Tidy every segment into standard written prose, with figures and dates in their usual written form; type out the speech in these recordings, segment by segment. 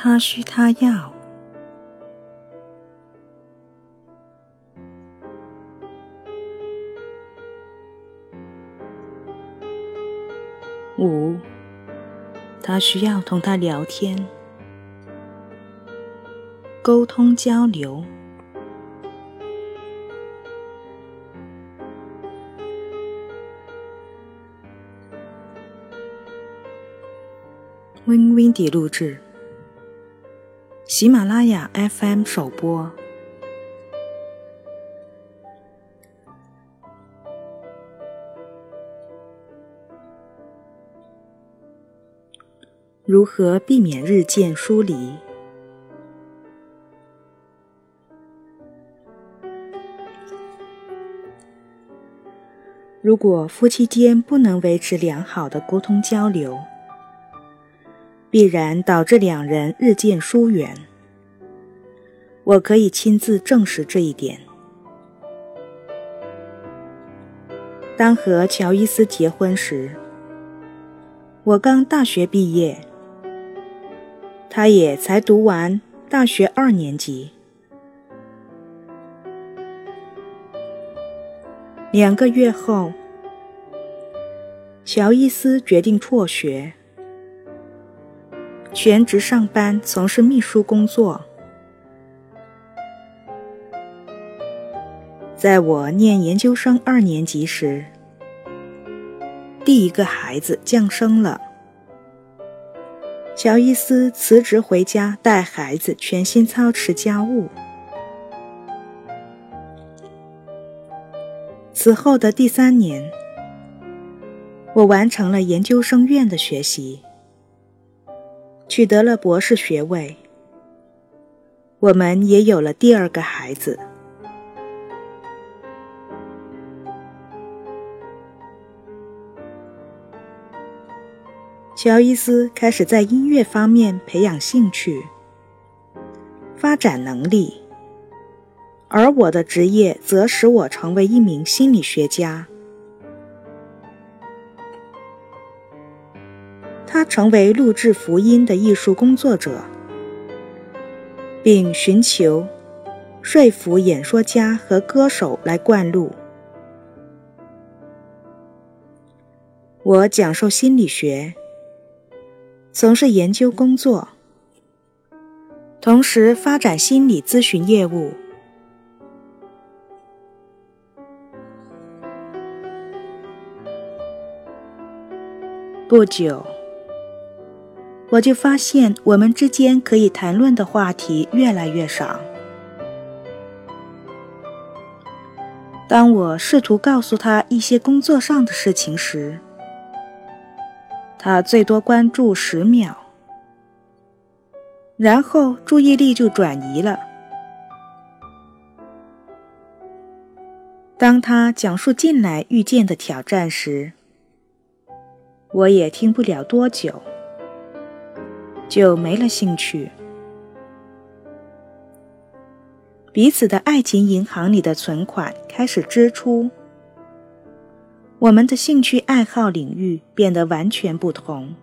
他需他要。5. 他需要同他聊天，沟通交流。Windy 录制，喜马拉雅 FM 首播。如何避免日渐疏离？如果夫妻间不能维持良好的沟通交流，必然导致两人日渐疏远。我可以亲自证实这一点。当和乔伊斯结婚时，我刚大学毕业，他也才读完大学2年级。2个月后，乔伊斯决定辍学，全职上班，从事秘书工作。在我念研究生2年级时，第一个孩子降生了。乔伊斯辞职回家带孩子，全心操持家务。此后的第3年，我完成了研究生院的学习，取得了博士学位。我们也有了第2个孩子。乔伊斯开始在音乐方面培养兴趣，发展能力，而我的职业则使我成为一名心理学家。他成为录制福音的艺术工作者，并寻求说服演说家和歌手来灌录。我讲授心理学，从事研究工作，同时发展心理咨询业务。不久，我就发现我们之间可以谈论的话题越来越少。当我试图告诉他一些工作上的事情时，他最多关注10秒，然后注意力就转移了。当他讲述近来遇见的挑战时，我也听不了多久，就没了兴趣。彼此的爱情银行里的存款开始支出，我们的兴趣爱好领域变得完全不同。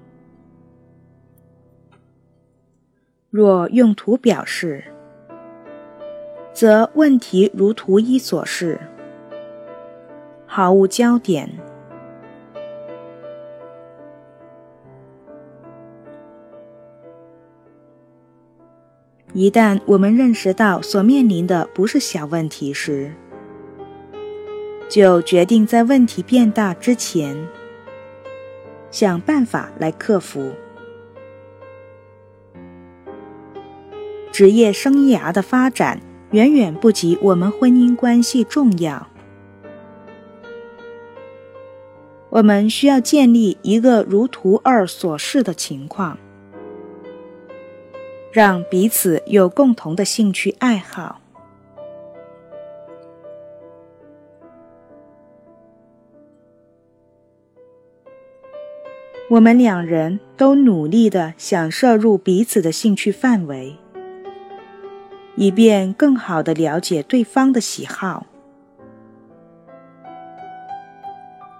若用图表示，则问题如图1所示，毫无焦点。一旦我们认识到所面临的不是小问题时，就决定在问题变大之前，想办法来克服。职业生涯的发展远远不及我们婚姻关系重要。我们需要建立一个如图2所示的情况，让彼此有共同的兴趣爱好。我们2人都努力地想摄入彼此的兴趣范围，以便更好地了解对方的喜好。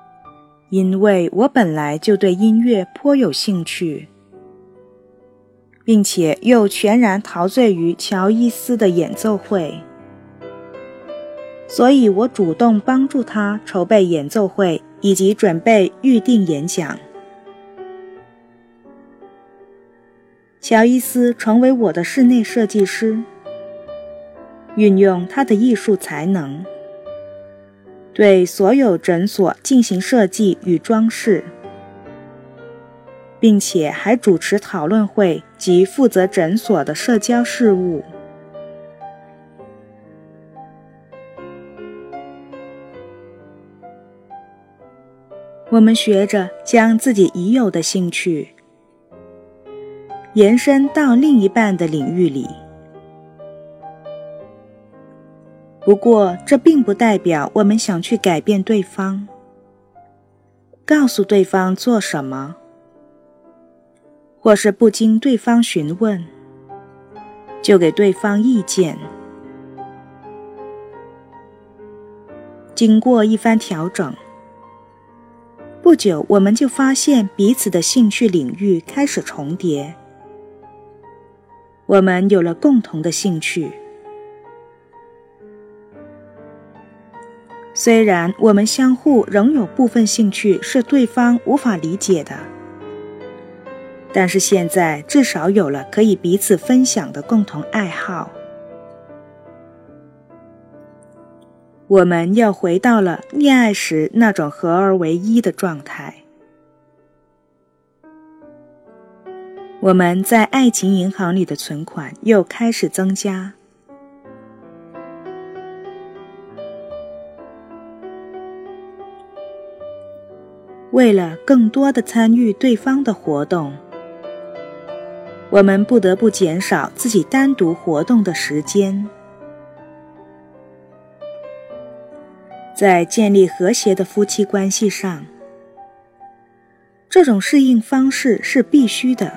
因为我本来就对音乐颇有兴趣， 并且又全然陶醉于乔伊斯的演奏会，所以我主动帮助他筹备演奏会以及准备预定演讲。乔伊斯成为我的室内设计师，运用他的艺术才能，对所有诊所进行设计与装饰，并且还主持讨论会及负责诊所的社交事务。我们学着将自己已有的兴趣延伸到另一半的领域里。不过，这并不代表我们想去改变对方，告诉对方做什么，或是不经对方询问，就给对方意见。经过一番调整，不久我们就发现彼此的兴趣领域开始重叠，我们有了共同的兴趣。虽然我们相互仍有部分兴趣是对方无法理解的，但是现在至少有了可以彼此分享的共同爱好。我们又回到了恋爱时那种合而为一的状态。我们在爱情银行里的存款又开始增加。为了更多地参与对方的活动，我们不得不减少自己单独活动的时间。在建立和谐的夫妻关系上，这种适应方式是必须的。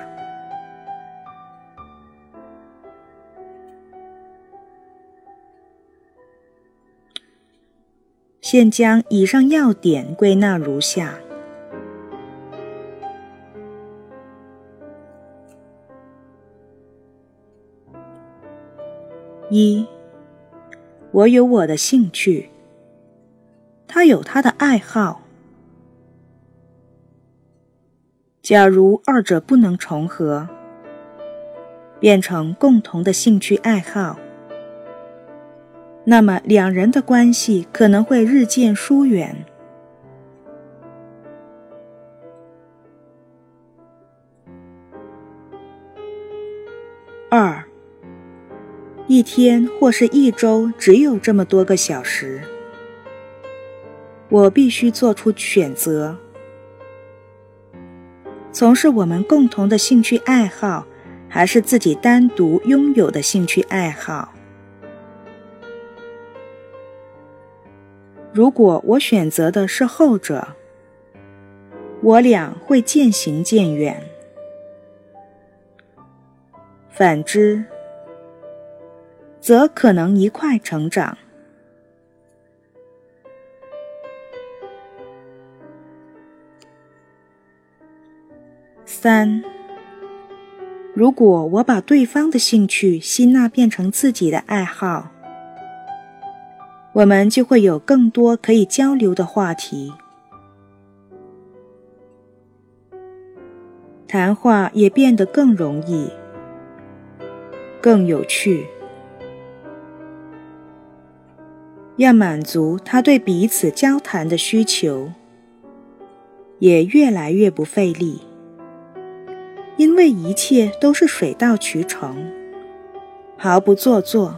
现将以上要点归纳如下：一，我有我的兴趣，他有他的爱好。假如二者不能重合，变成共同的兴趣爱好，那么两人的关系可能会日渐疏远。二，一天或是一周只有这么多个小时，我必须做出选择，从事我们共同的兴趣爱好，还是自己单独拥有的兴趣爱好。如果我选择的是后者，我俩会渐行渐远。反之，则可能一块成长。三，如果我把对方的兴趣吸纳变成自己的爱好，我们就会有更多可以交流的话题，谈话也变得更容易，更有趣。要满足他对彼此交谈的需求，也越来越不费力，因为一切都是水到渠成，毫不做作。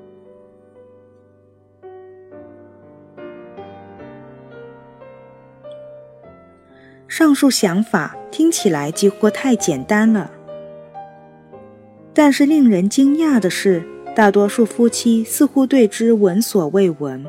上述想法听起来几乎太简单了，但是令人惊讶的是，大多数夫妻似乎对之闻所未闻。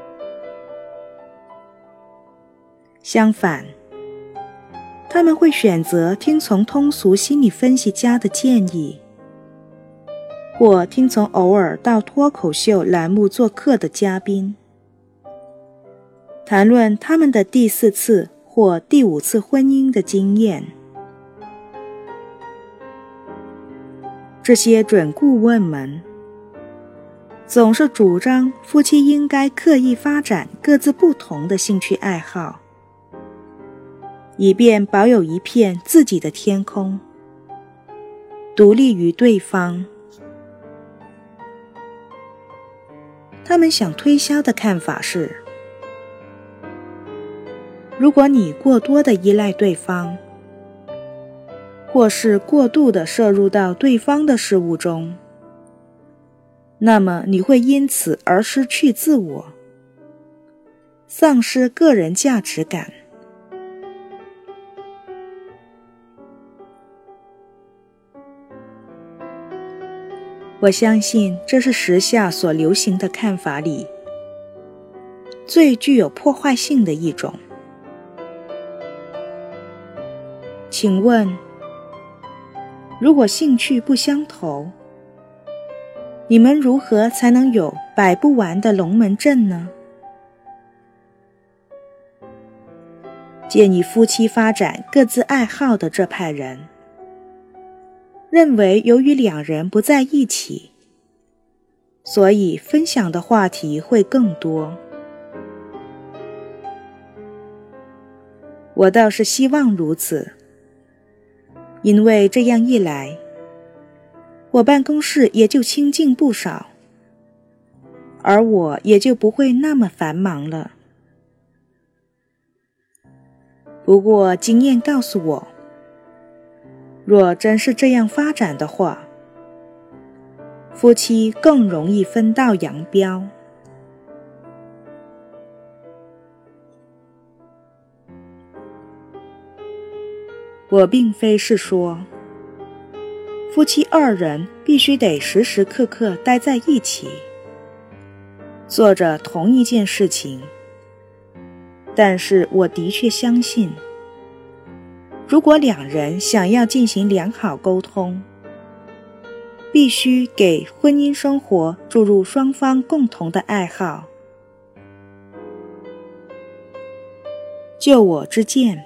相反，他们会选择听从通俗心理分析家的建议，或听从偶尔到脱口秀栏目做客的嘉宾，谈论他们的第4次或第5次婚姻的经验。 这些准顾问们总是主张夫妻应该刻意发展各自不同的兴趣爱好，以便保有一片自己的天空，独立于对方。他们想推销的看法是，如果你过多地依赖对方，或是过度地摄入到对方的事物中，那么你会因此而失去自我，丧失个人价值感。我相信这是时下所流行的看法里最具有破坏性的一种。请问，如果兴趣不相投，你们如何才能有摆不完的龙门阵呢？建议夫妻发展各自爱好的这派人认为，由于两人不在一起，所以分享的话题会更多。我倒是希望如此，因为这样一来，我办公室也就清静不少，而我也就不会那么繁忙了。不过经验告诉我，若真是这样发展的话，夫妻更容易分道扬镳。我并非是说，夫妻二人必须得时时刻刻待在一起，做着同一件事情，但是我的确相信，如果两人想要进行良好沟通，必须给婚姻生活注入双方共同的爱好。就我之见，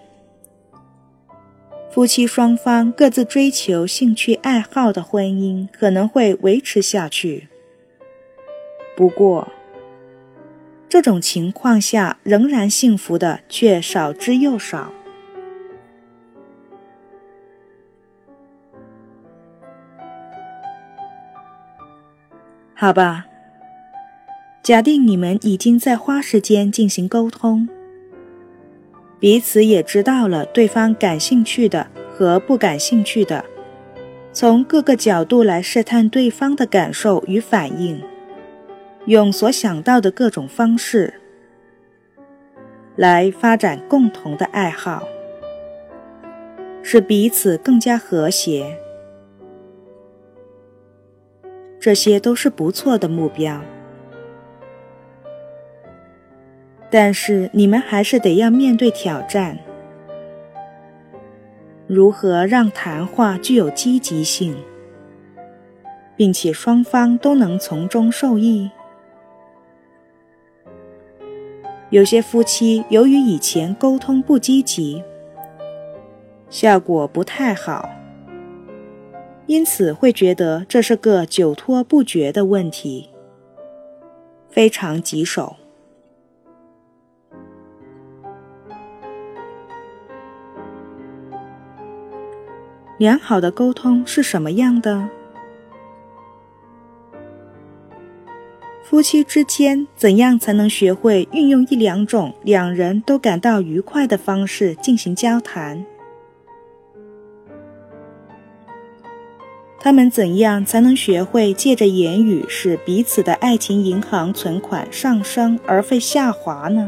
夫妻双方各自追求兴趣爱好的婚姻可能会维持下去，不过这种情况下仍然幸福的却少之又少。好吧，假定你们已经在花时间进行沟通，彼此也知道了对方感兴趣的和不感兴趣的，从各个角度来试探对方的感受与反应，用所想到的各种方式来发展共同的爱好，使彼此更加和谐。这些都是不错的目标，但是你们还是得要面对挑战。如何让谈话具有积极性，并且双方都能从中受益？有些夫妻由于以前沟通不积极，效果不太好，因此会觉得这是个久拖不决的问题，非常棘手。良好的沟通是什么样的？夫妻之间怎样才能学会运用一两种两人都感到愉快的方式进行交谈？他们怎样才能学会借着言语使彼此的爱情银行存款上升而非下滑呢？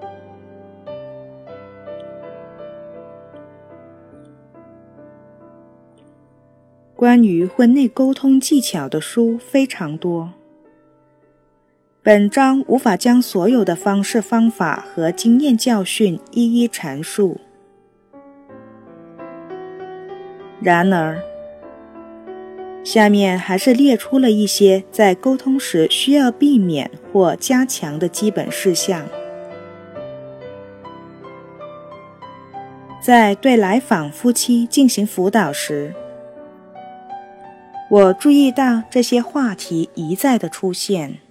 关于婚内沟通技巧的书非常多，本章无法将所有的方式方法和经验教训一一阐述。然而，下面还是列出了一些在沟通时需要避免或加强的基本事项。在对来访夫妻进行辅导时， 我注意到这些话题一再的出现，